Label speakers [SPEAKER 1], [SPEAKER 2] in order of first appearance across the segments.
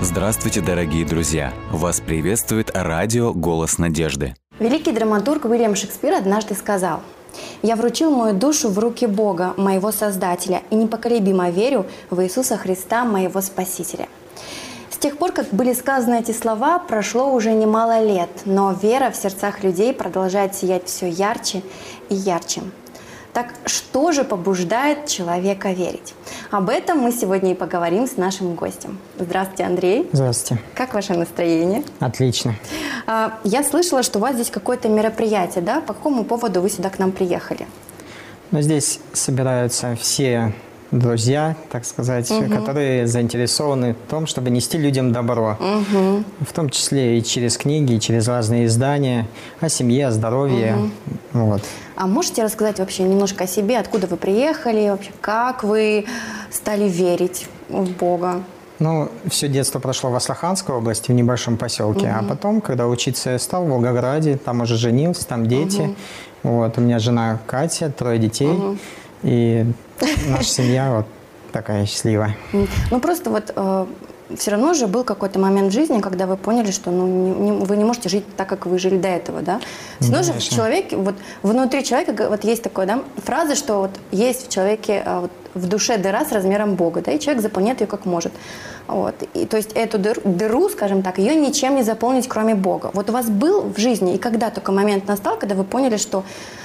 [SPEAKER 1] Здравствуйте, дорогие друзья! Вас приветствует радио «Голос надежды».
[SPEAKER 2] Великий драматург Уильям Шекспир однажды сказал: «Я вручил мою душу в руки Бога, моего Создателя, и непоколебимо верю в Иисуса Христа, моего Спасителя». С тех пор, как были сказаны эти слова, прошло уже немало лет, но вера в сердцах людей продолжает сиять все ярче и ярче. Так что же побуждает человека верить? Об этом мы сегодня и поговорим с нашим гостем. Здравствуйте, Андрей.
[SPEAKER 3] Здравствуйте.
[SPEAKER 2] Как ваше настроение?
[SPEAKER 3] Отлично.
[SPEAKER 2] Я слышала, что у вас здесь какое-то мероприятие, да? По какому поводу вы сюда к нам приехали?
[SPEAKER 3] Но здесь собираются все друзья, так сказать, которые заинтересованы в том, чтобы нести людям добро. В том числе и через книги, и через разные издания о семье, о здоровье. Вот.
[SPEAKER 2] А можете рассказать вообще немножко о себе, откуда вы приехали, вообще как вы стали верить в Бога?
[SPEAKER 3] Ну, все детство прошло в Астраханской области, в небольшом поселке. А потом, когда учиться я стал в Волгограде, там уже женился, там дети. Вот, у меня жена Катя, 3 детей. И наша семья вот такая счастливая.
[SPEAKER 2] Ну, просто вот все равно же был какой-то момент в жизни, когда вы поняли, что вы не можете жить так, как вы жили до этого, да? Все равно же в человеке, вот внутри человека вот есть такая, да, фраза, что вот есть в человеке вот, в душе дыра с размером Бога, да, и человек заполняет ее как может. Вот. И, то есть эту дыру, скажем так, ее ничем не заполнить, кроме Бога. Вот у вас был в жизни, и когда только момент настал, когда вы поняли, что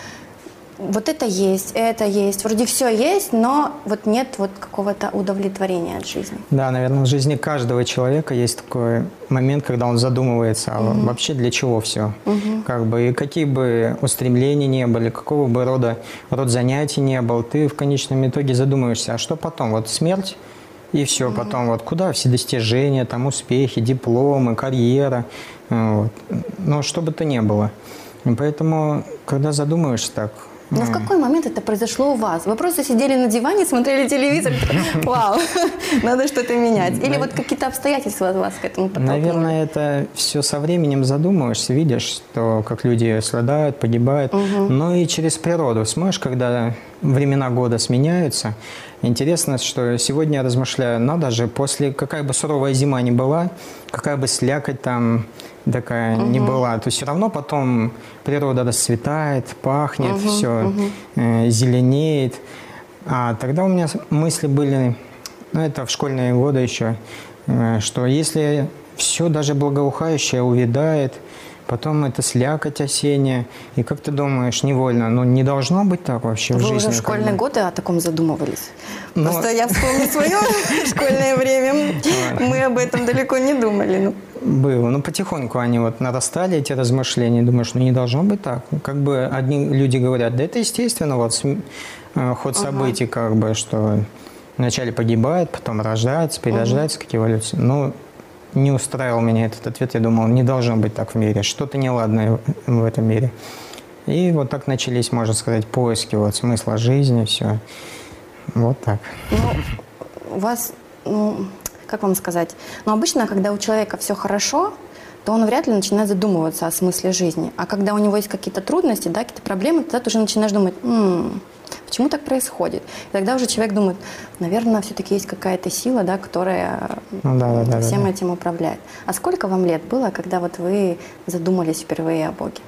[SPEAKER 2] вот это есть, вроде все есть, но вот нет вот какого-то удовлетворения от жизни.
[SPEAKER 3] Да, наверное, в жизни каждого человека есть такой момент, когда он задумывается, а вообще для чего все. Как бы, и какие бы устремления не были, какого бы род занятий не был, ты в конечном итоге задумываешься, а что потом? Вот смерть, и все, потом вот куда все достижения, там успехи, дипломы, карьера, вот. Но что бы то ни было. И поэтому, когда задумываешься так...
[SPEAKER 2] Но в какой момент это произошло у вас? Вы просто сидели на диване, смотрели телевизор, вау, надо что-то менять. Или вот какие-то обстоятельства вас к этому подтолкнули?
[SPEAKER 3] Наверное, это все со временем задумываешься, видишь, что как люди страдают, погибают. Но и через природу. Смотришь, когда времена года сменяются. Интересно, что сегодня я размышляю, надо же, после какая бы суровая зима ни была, какая бы слякоть там такая не была, то все равно потом природа расцветает, пахнет, все зеленеет. А тогда у меня мысли были, ну это в школьные годы еще, что если все даже благоухающее увядает, потом это слякоть осенняя, и как ты думаешь, невольно, ну не должно быть так вообще в жизни.
[SPEAKER 2] Вы уже в школьные годы о таком задумывались? Просто я вспомню свое школьное время, мы об этом далеко не думали.
[SPEAKER 3] Было, но потихоньку они вот нарастали, эти размышления, думаешь, ну не должно быть так. Как бы одни люди говорят, да это естественно, вот ход событий, как бы, что вначале погибает, потом рождается, перерождается, как эволюция. Ну, не устраивал меня этот ответ, я думал, не должно быть так в мире, что-то неладное в этом мире. И вот так начались, можно сказать, поиски вот смысла жизни, все. Вот так.
[SPEAKER 2] Ну, у вас, как вам сказать, но обычно, когда у человека все хорошо, то он вряд ли начинает задумываться о смысле жизни. А когда у него есть какие-то трудности, да, какие-то проблемы, тогда ты уже начинаешь думать, почему так происходит? И тогда уже человек думает, наверное, все-таки есть какая-то сила, да, которая всем этим управляет. А сколько вам лет было, когда вот вы задумались впервые о Боге?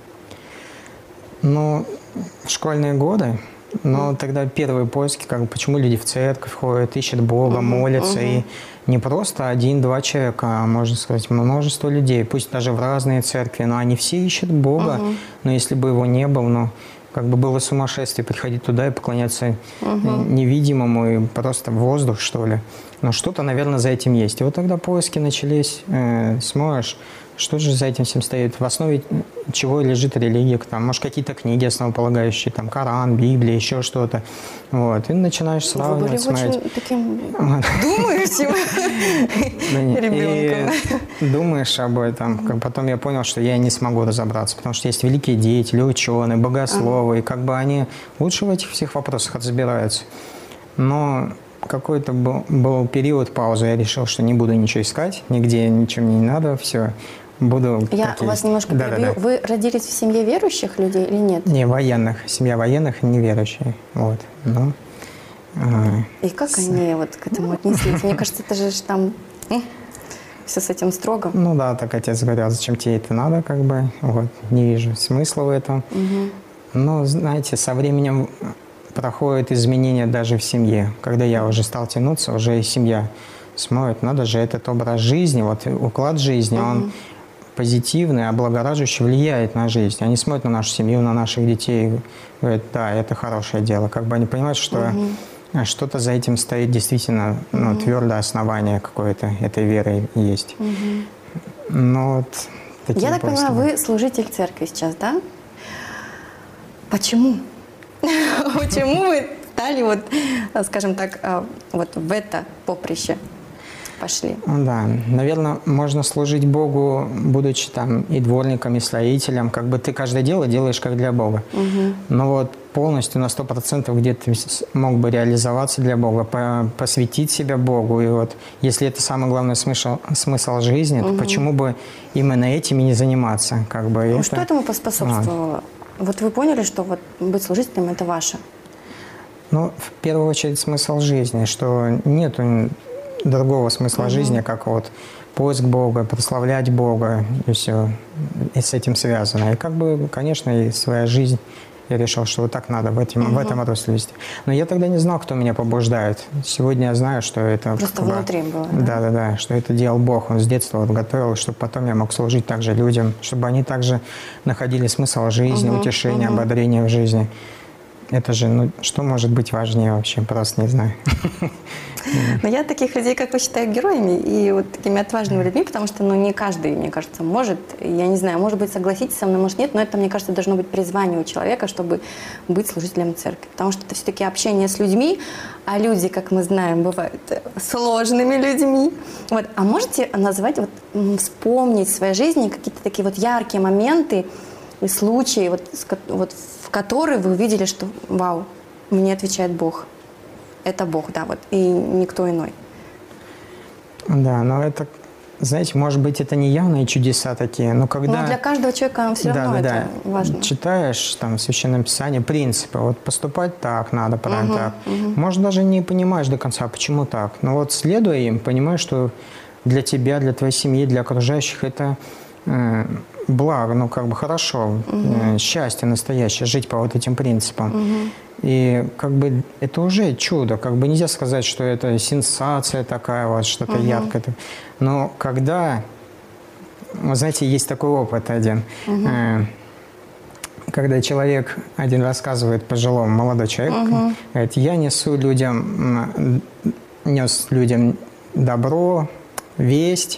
[SPEAKER 3] Ну, в школьные годы. Но тогда первые поиски, как бы, почему люди в церковь ходят, ищут Бога, молятся. И не просто 1-2 человека, а, можно сказать, множество людей. Пусть даже в разные церкви, но они все ищут Бога. Но если бы его не было, ну, как бы было сумасшествие приходить туда и поклоняться невидимому, и просто в воздух, что ли. Но что-то, наверное, за этим есть. И вот тогда поиски начались, смотришь, что же за этим всем стоит, в основе чего лежит религия, там, может, какие-то книги основополагающие, там, Коран, Библия, еще что-то. Вот. И начинаешь сравнивать, смотреть.
[SPEAKER 2] Вы были очень таким думающим ребенком.
[SPEAKER 3] И думаешь об этом. Потом я понял, что я не смогу разобраться, потому что есть великие деятели, ученые, богословы, и как бы они лучше в этих всех вопросах разбираются. Но какой-то был период паузы, я решил, что не буду ничего искать, нигде ничего мне не надо, все. Буду.
[SPEAKER 2] Я вас немножко перебью. Да. Вы родились в семье верующих людей или нет?
[SPEAKER 3] Не, военных. Семья военных, неверующие. Вот. Но,
[SPEAKER 2] и как они вот к этому отнеслись? Мне кажется, это же там все с этим строго.
[SPEAKER 3] Ну да, так отец говорил, зачем тебе это надо, как бы, вот, не вижу смысла в этом. Но, знаете, со временем проходят изменения даже в семье. Когда я уже стал тянуться, уже и семья смотрит, надо же, этот образ жизни, вот уклад жизни, он позитивный, облагораживающий, влияет на жизнь. Они смотрят на нашу семью, на наших детей, и говорят, да, это хорошее дело. Как бы они понимают, что что-то за этим стоит действительно, ну, твердое основание какое-то этой веры есть. Но вот такие
[SPEAKER 2] Я так понимаю, вы служитель церкви сейчас, да? Почему? Почему вы стали, вот, скажем так, вот в это поприще пошли?
[SPEAKER 3] Да, наверное, можно служить Богу, будучи там и дворником, и строителем. Как бы ты каждое дело делаешь как для Бога. Но вот полностью на 100% где ты мог бы реализоваться для Бога, посвятить себя Богу. И вот если это самый главный смысл жизни, то почему бы именно этим и не заниматься? Как бы это...
[SPEAKER 2] Что этому поспособствовало? Вот вы поняли, что вот быть служителем – это ваше? Ну,
[SPEAKER 3] в первую очередь смысл жизни, что нету другого смысла жизни, как вот поиск Бога, прославлять Бога, и все, и с этим связано. И как бы, конечно, и своя жизнь, я решил, что вот так надо в этом русле вести. Но я тогда не знал, кто меня побуждает. Сегодня я знаю, что это...
[SPEAKER 2] Просто
[SPEAKER 3] как бы,
[SPEAKER 2] внутри было,
[SPEAKER 3] да, что это делал Бог. Он с детства вот готовил, чтобы потом я мог служить также людям, чтобы они также находили смысл жизни, утешение, ободрение в жизни. Это же, ну, что может быть важнее вообще? Просто не знаю.
[SPEAKER 2] Но я таких людей, как вы, считаю, героями и вот такими отважными людьми, потому что, ну, не каждый, мне кажется, может, я не знаю, может быть, согласитесь со мной, может, нет, но это, мне кажется, должно быть призвание у человека, чтобы быть служителем церкви. Потому что это все-таки общение с людьми, а люди, как мы знаем, бывают сложными людьми. Вот. А можете назвать, вот, вспомнить в своей жизни какие-то такие вот яркие моменты и случаи, вот, в которые вы увидели, что вау, мне отвечает Бог. Это Бог, да, вот, и никто иной.
[SPEAKER 3] Да, но это, знаете, может быть, это не явные чудеса такие, но когда...
[SPEAKER 2] Но для каждого человека все равно это важно.
[SPEAKER 3] Читаешь там в Священном Писании принципы, вот поступать так надо, правильно так. Может, даже не понимаешь до конца, почему так, но вот следуя им, понимаешь, что для тебя, для твоей семьи, для окружающих это... благо, ну, как бы хорошо, счастье настоящее, жить по вот этим принципам. И как бы это уже чудо, как бы нельзя сказать, что это сенсация такая, вот что-то яркое. Но когда, вы знаете, есть такой опыт один, когда человек один рассказывает пожилому, молодой человек, говорит, я нес людям добро, весть,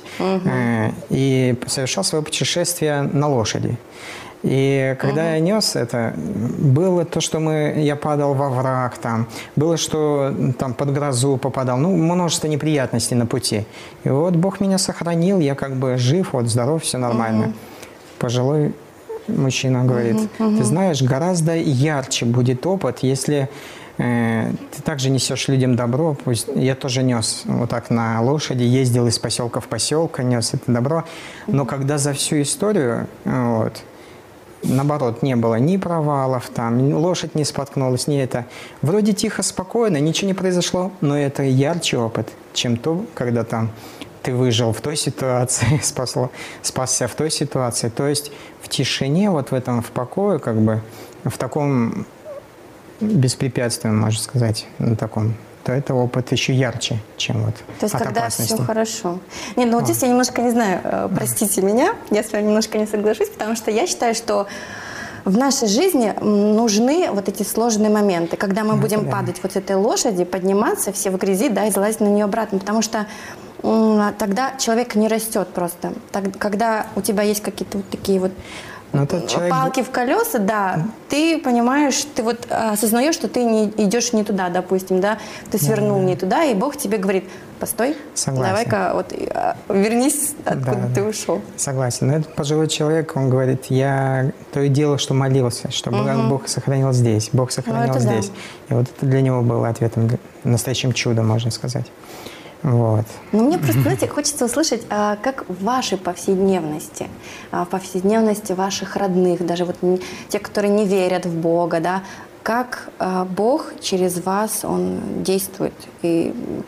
[SPEAKER 3] и совершал свое путешествие на лошади. И когда я нес это, было то, что я падал во враг, там, было, что там под грозу попадал, ну, множество неприятностей на пути. И вот Бог меня сохранил, я как бы жив, вот, здоров, все нормально. Пожилой мужчина говорит, ты знаешь, гораздо ярче будет опыт, если... ты также несешь людям добро. Пусть я тоже нес вот так на лошади, ездил из поселка в поселок, нес это добро. Но когда за всю историю, вот, наоборот, не было ни провалов, там, лошадь не споткнулась, ни это. Вроде тихо, спокойно, ничего не произошло, но это ярче опыт, чем то, когда там ты выжил в той ситуации, спасся в той ситуации. То есть в тишине, вот в этом, в покое, как бы, в таком... беспрепятственно, можно сказать, на таком, то это опыт еще ярче, чем вот
[SPEAKER 2] то есть,
[SPEAKER 3] от
[SPEAKER 2] когда
[SPEAKER 3] опасности.
[SPEAKER 2] все хорошо. Нет, ну вот здесь я немножко, не знаю, простите меня, я с вами немножко не соглашусь, потому что я считаю, что в нашей жизни нужны вот эти сложные моменты, когда мы будем падать вот с этой лошади, подниматься все в грязи, да, и залазить на нее обратно, потому что тогда человек не растет просто. Когда у тебя есть какие-то вот такие вот человек... палки в колеса, да, ты понимаешь, ты вот осознаешь, что ты не идешь не туда, допустим, да, ты свернул не туда, и Бог тебе говорит, постой, давай-ка вот вернись, откуда ты ушел.
[SPEAKER 3] Согласен. Но этот пожилой человек, он говорит, я то и дело, что молился, чтобы Бог сохранил здесь, Бог сохранил здесь. И вот это для него было ответом, настоящим чудом, можно сказать. Вот.
[SPEAKER 2] Но мне просто, знаете, хочется услышать, как в вашей повседневности, в повседневности ваших родных, даже вот те, которые не верят в Бога, да, как Бог через вас, Он действует. И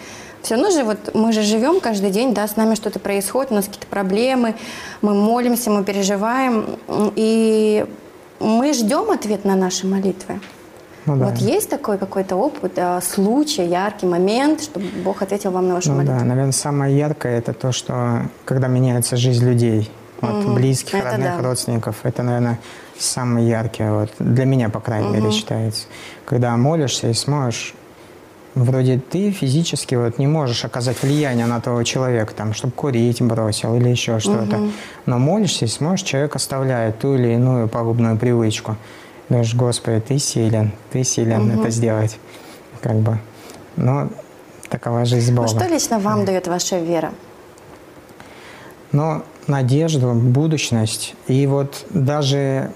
[SPEAKER 2] все равно же вот мы же живем каждый день, да, с нами что-то происходит, у нас какие-то проблемы, мы молимся, мы переживаем, и мы ждем ответ на наши молитвы.
[SPEAKER 3] Ну, да.
[SPEAKER 2] Вот есть такой какой-то опыт, случай, яркий момент, чтобы Бог ответил вам на вашу молитву?
[SPEAKER 3] Да, наверное, самое яркое – это то, что когда меняется жизнь людей, вот, близких,
[SPEAKER 2] это
[SPEAKER 3] родных, родственников, это, наверное, самое яркое, вот, для меня, по крайней мере, считается. Когда молишься и смотришь, вроде ты физически вот не можешь оказать влияние на того человека, там, чтобы курить бросил или еще что-то, но молишься и смотришь, человек оставляет ту или иную пагубную привычку. Думаешь, Господи, ты силен это сделать, как бы. Но такова жизнь Бога.
[SPEAKER 2] Что лично вам дает ваша вера?
[SPEAKER 3] Но надежду, будущность. И вот даже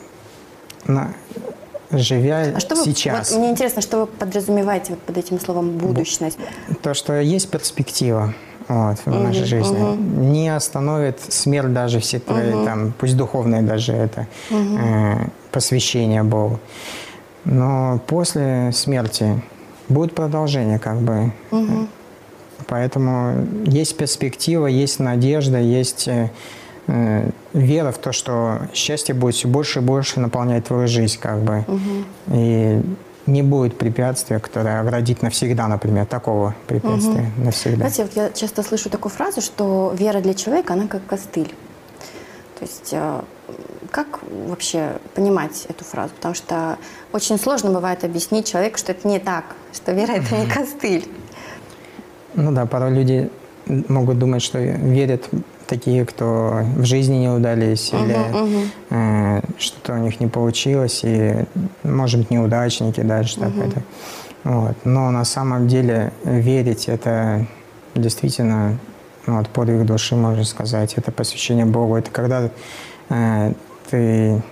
[SPEAKER 3] живя сейчас...
[SPEAKER 2] Вот мне интересно, что вы подразумеваете вот под этим словом «будущность»?
[SPEAKER 3] То, что есть перспектива вот, в нашей жизни. Не остановит смерть даже все твои, там, пусть духовные даже это, посвящение Богу. Но после смерти будет продолжение, как бы. Поэтому есть перспектива, есть надежда, есть вера в то, что счастье будет все больше и больше наполнять твою жизнь, как бы. И не будет препятствия, которое оградит навсегда, например, такого препятствия навсегда.
[SPEAKER 2] Знаете, вот я часто слышу такую фразу, что вера для человека, она как костыль. То есть как вообще понимать эту фразу? Потому что очень сложно бывает объяснить человеку, что это не так, что вера – это не костыль.
[SPEAKER 3] Ну да, порой люди могут думать, что верят такие, кто в жизни не удались, или что-то у них не получилось, и, может быть, неудачники даже. Так это. Вот. Но на самом деле верить – это действительно вот, подвиг души, можно сказать. Это посвящение Богу. Это когда ты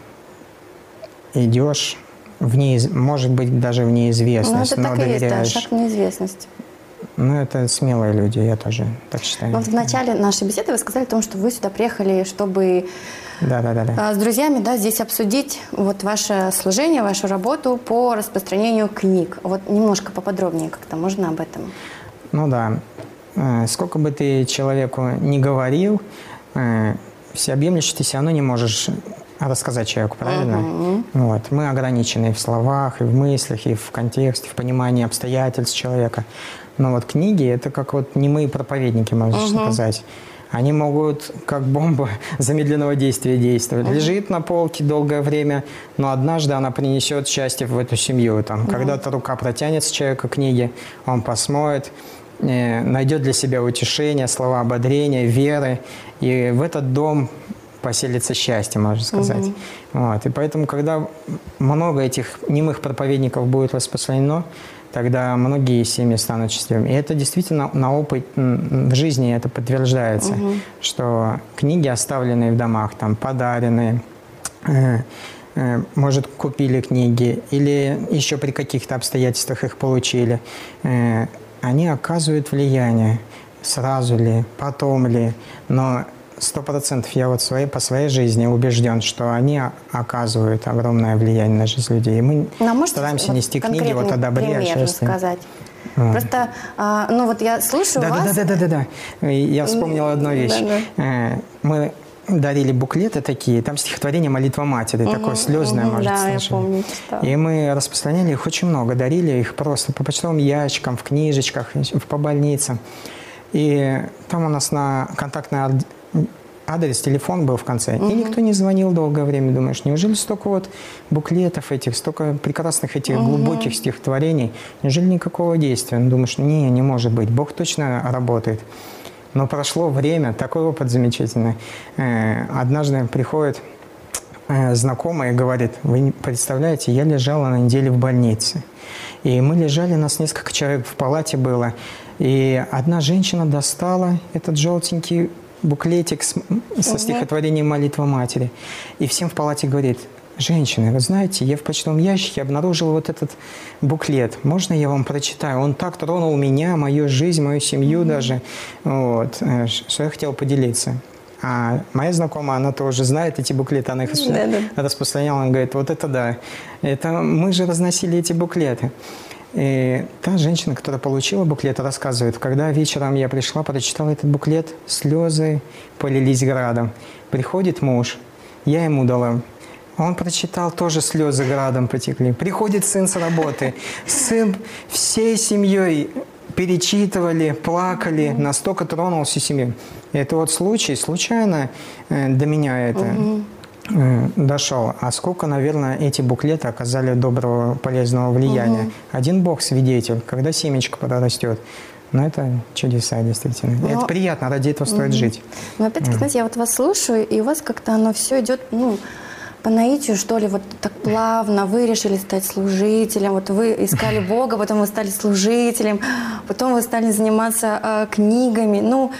[SPEAKER 3] идешь может быть, даже в неизвестность,
[SPEAKER 2] но
[SPEAKER 3] доверяешь.
[SPEAKER 2] Это шаг в неизвестность.
[SPEAKER 3] Ну, это смелые люди, я тоже так считаю.
[SPEAKER 2] Но в начале нашей беседы вы сказали о том, что вы сюда приехали, чтобы с друзьями здесь обсудить вот ваше служение, вашу работу по распространению книг. Вот немножко поподробнее как-то можно об этом?
[SPEAKER 3] Ну да. Сколько бы ты человеку не говорил, всеобъемлюще ты все равно не можешь рассказать человеку, правильно? Вот. Мы ограничены в словах, и в мыслях, и в контексте, в понимании обстоятельств человека. Но вот книги – это как вот немые проповедники, можно сказать. Они могут как бомба замедленного действия действовать. Лежит на полке долгое время, но однажды она принесет счастье в эту семью. Там, когда-то рука протянется человеку к книге, он посмотрит, найдет для себя утешение, слова ободрения, веры. И в этот дом поселится счастье, можно сказать. Вот. И поэтому, когда много этих немых проповедников будет распространено, тогда многие семьи станут счастливыми. И это действительно на опыт в жизни это подтверждается, что книги, оставленные в домах, там, подаренные, может, купили книги или еще при каких-то обстоятельствах их получили, они оказывают влияние, сразу ли, потом ли, но 100% я вот по своей жизни убежден, что они оказывают огромное влияние на жизнь людей. И мы стараемся нести книги вот о добре, о счастье.
[SPEAKER 2] Сказать. Просто, вот я слушаю вас.
[SPEAKER 3] Да. Я вспомнил одну вещь. Мы дарили буклеты такие, там стихотворение «Молитва матери», такое слезное, может,
[SPEAKER 2] да,
[SPEAKER 3] слышать.
[SPEAKER 2] Я помню,
[SPEAKER 3] и мы распространяли их очень много, дарили их просто по почтовым ящикам, в книжечках, по больницам. И там у нас на контактный адрес, телефон был в конце. И никто не звонил долгое время. Думаешь, неужели столько вот буклетов этих, столько прекрасных этих глубоких стихотворений, неужели никакого действия? Думаешь, не может быть, Бог точно работает. Но прошло время, такой опыт замечательный. Однажды приходит знакомый и говорит: вы представляете, я лежала на неделе в больнице. И мы лежали, нас несколько человек в палате было. И одна женщина достала этот желтенький буклетик со стихотворением «Молитва матери». И всем в палате говорит: женщины, вы знаете, я в почтовом ящике обнаружила вот этот буклет. Можно я вам прочитаю? Он так тронул меня, мою жизнь, мою семью даже, вот, что я хотел поделиться. А моя знакомая, она тоже знает эти буклеты, она их распространяла. Она говорит: вот это да, это мы же разносили эти буклеты. И та женщина, которая получила буклет, рассказывает, когда вечером я пришла, прочитала этот буклет, слезы полились градом. Приходит муж, я ему дала. Он прочитал, тоже слезы градом потекли. Приходит сын с работы. Сын всей семьей перечитывали, плакали, настолько тронул всю семью. Это вот случай, случайно до меня это дошел. А сколько, наверное, эти буклеты оказали доброго, полезного влияния. Один Бог свидетель, когда семечко прорастет. Но это чудеса, действительно. И это приятно, ради этого стоит жить.
[SPEAKER 2] Но опять-таки, знаете, я вот вас слушаю, и у вас как-то оно все идет, по наитию, что ли, вот так плавно. Вы решили стать служителем, вот вы искали Бога, потом вы стали служителем, потом вы стали заниматься книгами.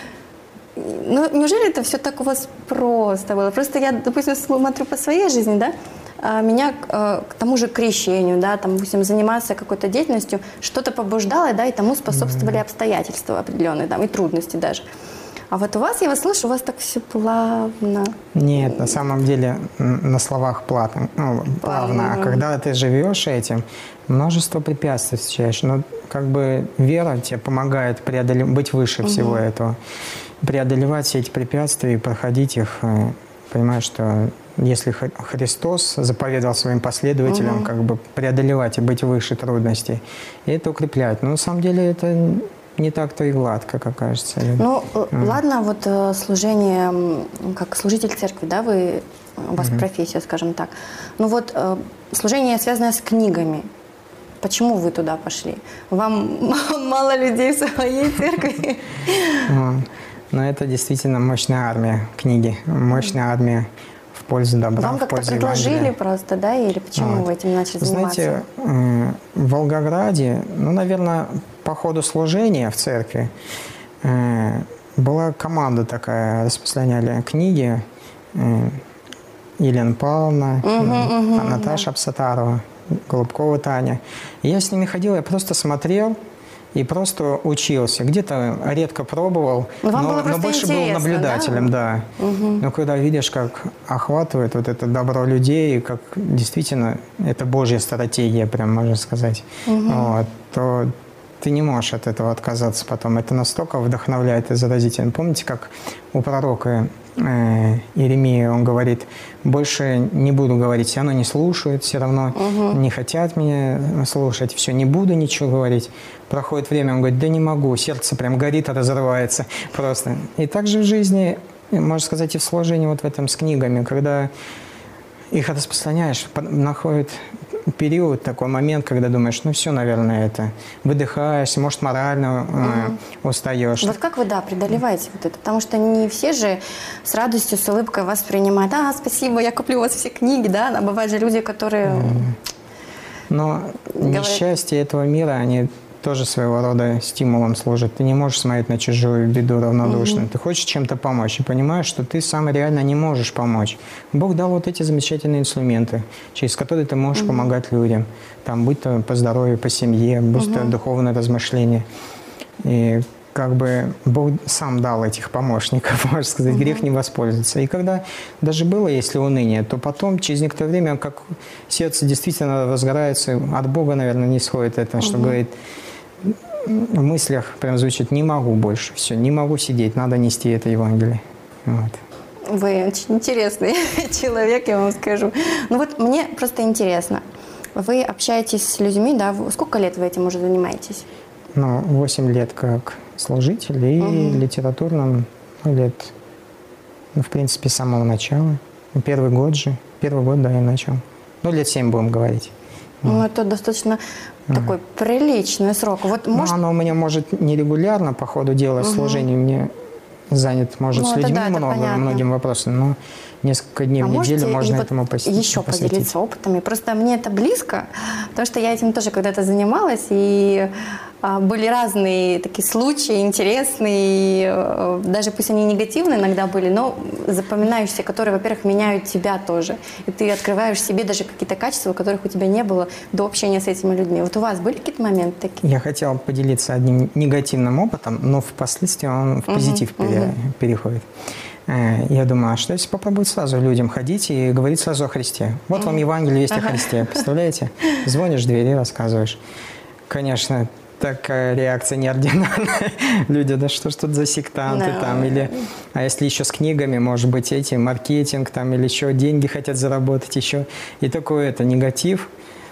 [SPEAKER 2] Неужели это все так у вас просто было? Просто я, допустим, смотрю по своей жизни, да, меня к тому же крещению, да, там, допустим, заниматься какой-то деятельностью, что-то побуждало, да, и тому способствовали обстоятельства определенные, да, и трудности даже. А вот у вас, я вас слышу, у вас так все плавно.
[SPEAKER 3] Нет, на самом деле на словах плавно. А когда ты живешь этим, множество препятствий встречаешь. Но как бы вера тебе помогает быть выше всего этого. Преодолевать все эти препятствия и проходить их. Понимаешь, что если Христос заповедал своим последователям как бы преодолевать и быть выше трудностей, и это укрепляет. Но на самом деле это не так-то и гладко, как кажется.
[SPEAKER 2] Ладно, вот служение, как служитель церкви, да, у вас профессия, скажем так. Служение, связанное с книгами. Почему вы туда пошли? Вам мало людей в своей церкви?
[SPEAKER 3] Но это действительно мощная армия книги, мощная армия в пользу добра,
[SPEAKER 2] вам
[SPEAKER 3] в пользу
[SPEAKER 2] как-то предложили
[SPEAKER 3] Евангелия.
[SPEAKER 2] Просто, да, или почему вы этим начали заниматься?
[SPEAKER 3] Знаете, в Волгограде, наверное, по ходу служения в церкви была команда такая, распространяли книги, Елена Павловна, Наташа Абсатарова, Голубкова Таня. И я с ними ходил, я просто смотрел и просто учился. Где-то редко пробовал, но больше был наблюдателем, да. Но когда видишь, как охватывает вот это добро людей, как действительно это Божья стратегия, прям можно сказать, то ты не можешь от этого отказаться потом. Это настолько вдохновляет и заразительно. Помните, как у пророка Иеремия, он говорит, больше не буду говорить, все равно не слушают, все равно не хотят меня слушать, все, не буду ничего говорить. Проходит время, он говорит, да не могу, сердце прям горит, разрывается просто. И также в жизни, можно сказать, и в служении вот в этом с книгами, когда их распространяешь, находит период, такой момент, когда думаешь, все, наверное, это. Выдыхаешь, может, морально устаешь.
[SPEAKER 2] Вот как вы, преодолеваете вот это? Потому что не все же с радостью, с улыбкой вас принимают. Спасибо, я куплю у вас все книги, да? А бывают же люди, которые...
[SPEAKER 3] Но несчастье этого мира, они тоже своего рода стимулом служат. Ты не можешь смотреть на чужую беду равнодушно. Ты хочешь чем-то помочь и понимаешь, что ты сам реально не можешь помочь. Бог дал вот эти замечательные инструменты, через которые ты можешь помогать людям. Там, будь то по здоровью, по семье, будь то духовное размышление. И как бы Бог сам дал этих помощников, можно сказать, грех не воспользоваться. И когда даже было, если уныние, то потом, через некоторое время, как сердце действительно разгорается, от Бога, наверное, не исходит это, что говорит, в мыслях прям звучит, не могу больше, все, не могу сидеть, надо нести это Евангелие. Вот.
[SPEAKER 2] Вы очень интересный человек, я вам скажу. Мне просто интересно, вы общаетесь с людьми, да, сколько лет вы этим уже занимаетесь?
[SPEAKER 3] 8 лет как служитель и литературным лет, в принципе, с самого начала. Первый год, да, я начал. Лет 7 будем говорить.
[SPEAKER 2] Это достаточно такой приличный срок.
[SPEAKER 3] Оно у меня может нерегулярно по ходу дела служения, мне занят, может, с людьми многим вопросам, но несколько дней в неделю можно этому посвятить.
[SPEAKER 2] Еще поделиться опытами. Просто мне это близко, потому что я этим тоже когда-то занималась, и были разные такие случаи, интересные, даже пусть они негативные иногда были, но запоминающиеся, которые, во-первых, меняют тебя тоже. И ты открываешь в себе даже какие-то качества, которых у тебя не было до общения с этими людьми. Вот у вас были какие-то моменты такие?
[SPEAKER 3] Я хотел поделиться одним негативным опытом, но впоследствии он в позитив переходит. Я думаю, а что если попробовать сразу людям ходить и говорить сразу о Христе? Вот вам Евангелие, весть о Христе, представляете? Звонишь в дверь и рассказываешь. конечно, такая реакция неординарная. Люди, да что ж тут за сектанты там, или... А если еще с книгами, может быть, эти, маркетинг там, или еще деньги хотят заработать еще. И такой это негатив.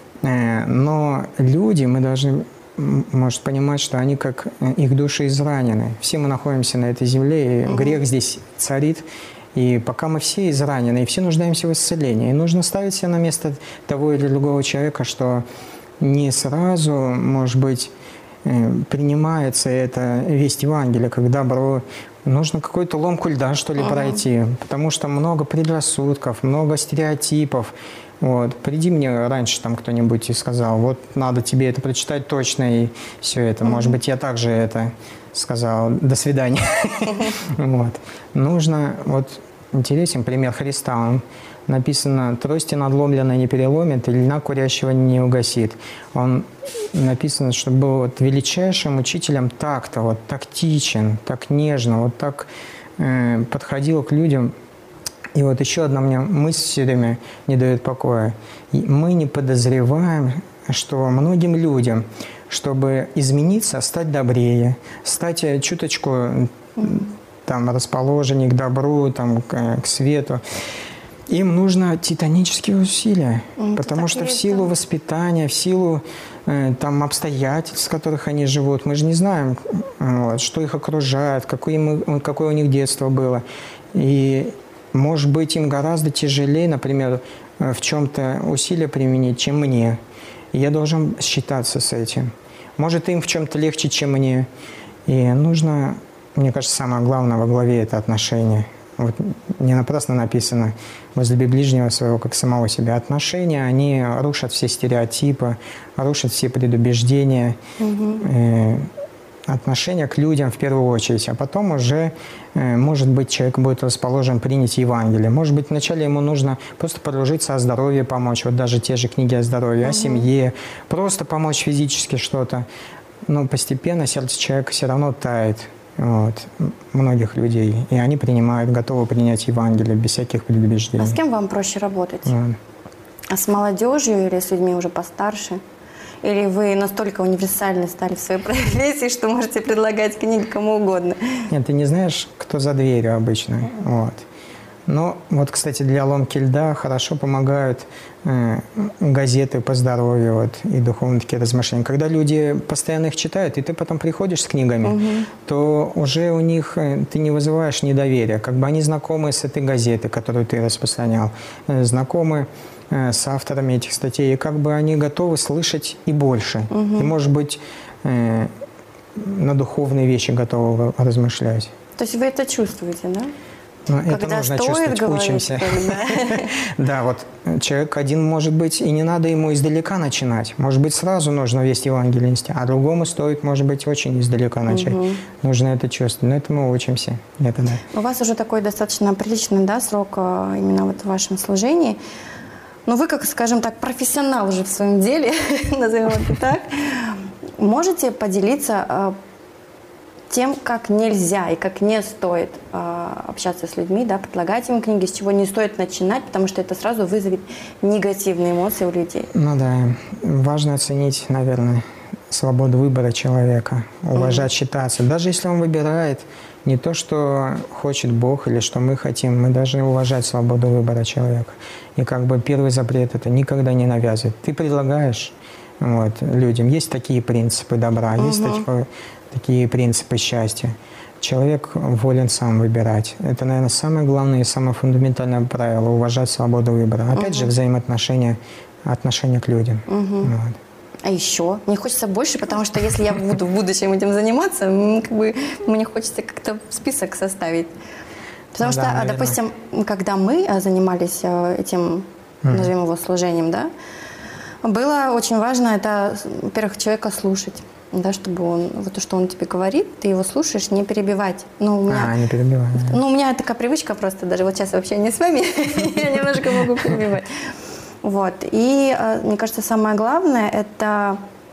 [SPEAKER 3] Но люди, мы должны, может, понимать, что они как их души изранены. Все мы находимся на этой земле, и грех здесь царит. И пока мы все изранены, и все нуждаемся в исцелении. И нужно ставить себя на место того или другого человека, что не сразу, может быть, принимается это весть Евангелия, как добро. Нужно какую-то ломку льда, что ли, пройти, потому что много предрассудков, много стереотипов. Вот. Приди мне раньше там кто-нибудь и сказал, вот надо тебе это прочитать точно, и все это. Может быть, я также это сказал. До свидания. Вот. Нужно, вот интересен пример Христа. Написано, трости надломленной не переломит, и льна курящего не угасит. Он написано, что был вот величайшим учителем такта, вот тактичен, так нежно, вот так подходил к людям. И вот еще одна мне мысль все время не дает покоя. И мы не подозреваем, что многим людям, чтобы измениться, стать добрее, стать чуточку там, расположеннее к добру, там, к свету, им нужно титанические усилия, потому что в силу воспитания, в силу там, обстоятельств, в которых они живут, мы же не знаем, вот, что их окружает, какое у них детство было. И, может быть, им гораздо тяжелее, например, в чем-то усилия применить, чем мне. И я должен считаться с этим. Может, им в чем-то легче, чем мне. И нужно, мне кажется, самое главное во главе – это отношения. Вот не напрасно написано «возлюби ближнего своего, как самого себя». Отношения, они рушат все стереотипы, рушат все предубеждения. Отношения к людям в первую очередь, а потом уже, может быть, человек будет расположен принять Евангелие. Может быть, вначале ему нужно просто подружиться, о здоровье помочь, вот даже те же книги о здоровье, о семье, просто помочь физически что-то. Но постепенно сердце человека все равно тает. Вот, многих людей. И они принимают, готовы принять Евангелие без всяких предубеждений.
[SPEAKER 2] А с кем вам проще работать? А с молодежью или с людьми уже постарше? Или вы настолько универсальны стали в своей профессии, что можете предлагать книги кому угодно? Нет,
[SPEAKER 3] ты не знаешь, кто за дверью обычно. Вот. Но вот, кстати, для ломки льда хорошо помогают газеты по здоровью вот, и духовные такие размышления. Когда люди постоянно их читают, и ты потом приходишь с книгами, то уже у них ты не вызываешь недоверия. Как бы они знакомы с этой газетой, которую ты распространял, знакомы с авторами этих статей, и как бы они готовы слышать и больше. И, может быть, на духовные вещи готовы размышлять.
[SPEAKER 2] То есть вы это чувствуете, да?
[SPEAKER 3] Но это нужно чувствовать, учимся. Да, вот человек один, может быть, и не надо ему издалека начинать. Может быть, сразу нужно весть Евангелие нести, а другому стоит, может быть, очень издалека начать. Нужно это чувствовать. Но это мы учимся. Это да.
[SPEAKER 2] У вас уже такой достаточно приличный, да, срок именно вот в вашем служении. Но вы, как, скажем так, профессионал уже в своем деле, назовем это так, можете поделиться тем, как нельзя и как не стоит общаться с людьми, да, предлагать им книги, с чего не стоит начинать, потому что это сразу вызовет негативные эмоции у людей.
[SPEAKER 3] Ну да, важно оценить, наверное, свободу выбора человека, уважать, считаться. Даже если он выбирает не то, что хочет Бог или что мы хотим, мы должны уважать свободу выбора человека. И как бы первый запрет – это никогда не навязывать. Ты предлагаешь вот, людям, есть такие принципы добра, есть такие принципы счастья. Человек волен сам выбирать. Это, наверное, самое главное и самое фундаментальное правило – уважать свободу выбора. Опять же, взаимоотношения к людям. Вот.
[SPEAKER 2] А еще мне хочется больше, потому что если я буду в будущем этим заниматься, как бы, мне хочется как-то список составить. Потому что, наверное, допустим, когда мы занимались этим, назовем его служением, да, было очень важно это, во-первых, человека слушать. Да, чтобы он, вот то, что он тебе говорит, ты его слушаешь, не перебивать. Ну, у меня,
[SPEAKER 3] не перебивай.
[SPEAKER 2] Ну, у меня такая привычка просто, даже вот сейчас вообще не с вами, я немножко могу перебивать. Вот. И мне кажется, самое главное, это,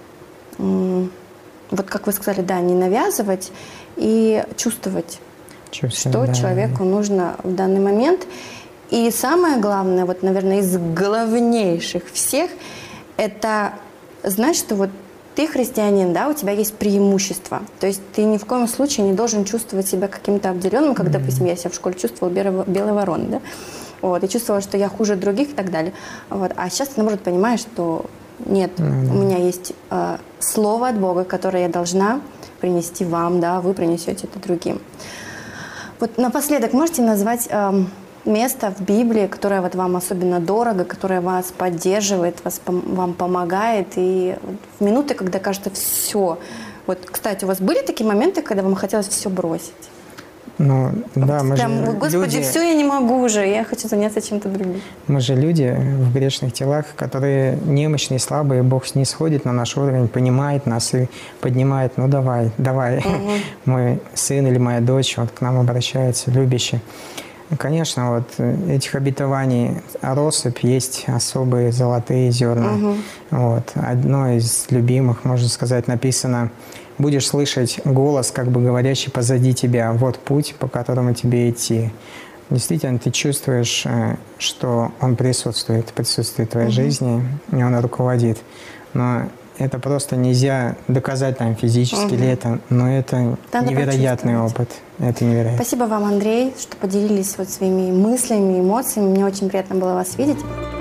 [SPEAKER 2] вот как вы сказали, да, не навязывать и чувствовать, что человеку нужно в данный момент. И самое главное, вот, наверное, из главнейших всех, это знать, что вот ты христианин, да, у тебя есть преимущество. То есть ты ни в коем случае не должен чувствовать себя каким-то обделенным, как, допустим, я себя в школе чувствовала белой вороной, да. Вот, и чувствовала, что я хуже других и так далее. Вот. А сейчас ты, наоборот, понимаешь, что нет, у меня есть слово от Бога, которое я должна принести вам, да, вы принесете это другим. Вот напоследок можете назвать место в Библии, которое вот вам особенно дорого, которое вас поддерживает, вам помогает, и в минуты, когда кажется все. Вот, кстати, у вас были такие моменты, когда вам хотелось все бросить?
[SPEAKER 3] Ну, да, мы
[SPEAKER 2] прям,
[SPEAKER 3] же
[SPEAKER 2] Господи,
[SPEAKER 3] люди,
[SPEAKER 2] все, я не могу уже, я хочу заняться чем-то другим.
[SPEAKER 3] мы же люди в грешных телах, которые немощные, слабые. Бог снисходит на наш уровень, понимает нас и поднимает. Ну, давай, мой сын или моя дочь вот к нам обращается, любящий. Конечно, вот этих обетований россыпь, есть особые золотые зерна. Вот. Одно из любимых, можно сказать, написано: «Будешь слышать голос, как бы говорящий позади тебя, вот путь, по которому тебе идти». Действительно, ты чувствуешь, что Он присутствует в твоей жизни, и Он руководит. Но это просто нельзя доказать там физически ли это, но это
[SPEAKER 2] Надо
[SPEAKER 3] невероятный опыт. Это невероятно.
[SPEAKER 2] Спасибо вам, Андрей, что поделились вот своими мыслями, эмоциями. Мне очень приятно было вас видеть.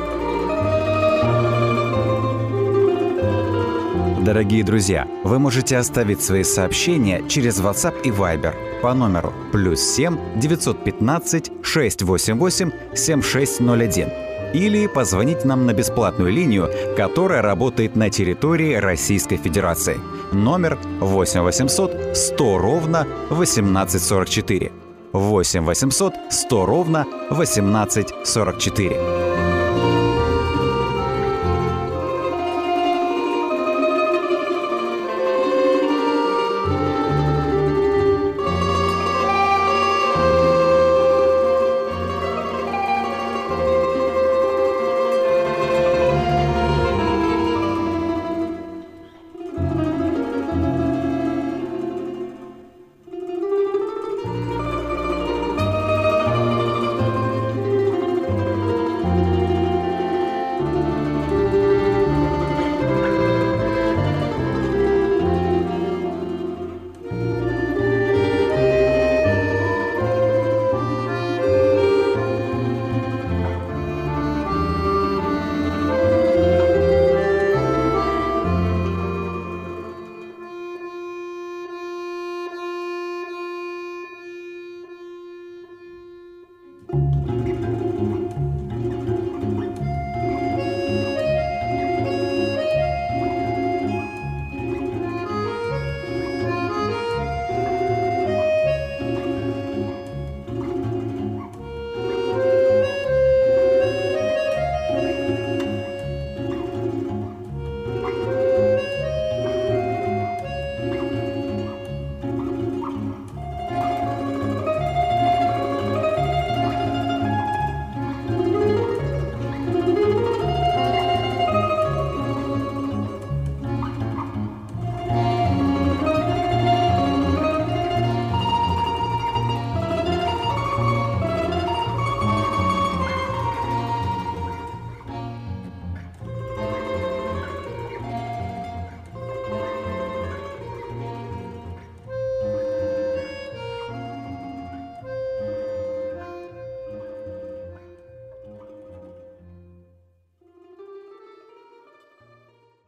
[SPEAKER 1] Дорогие друзья, вы можете оставить свои сообщения через WhatsApp и Viber по номеру +7 915 688 7601 или позвонить нам на бесплатную линию, которая работает на территории Российской Федерации. Номер 8 800 100 ровно 1844. 8 800 100 ровно 1844.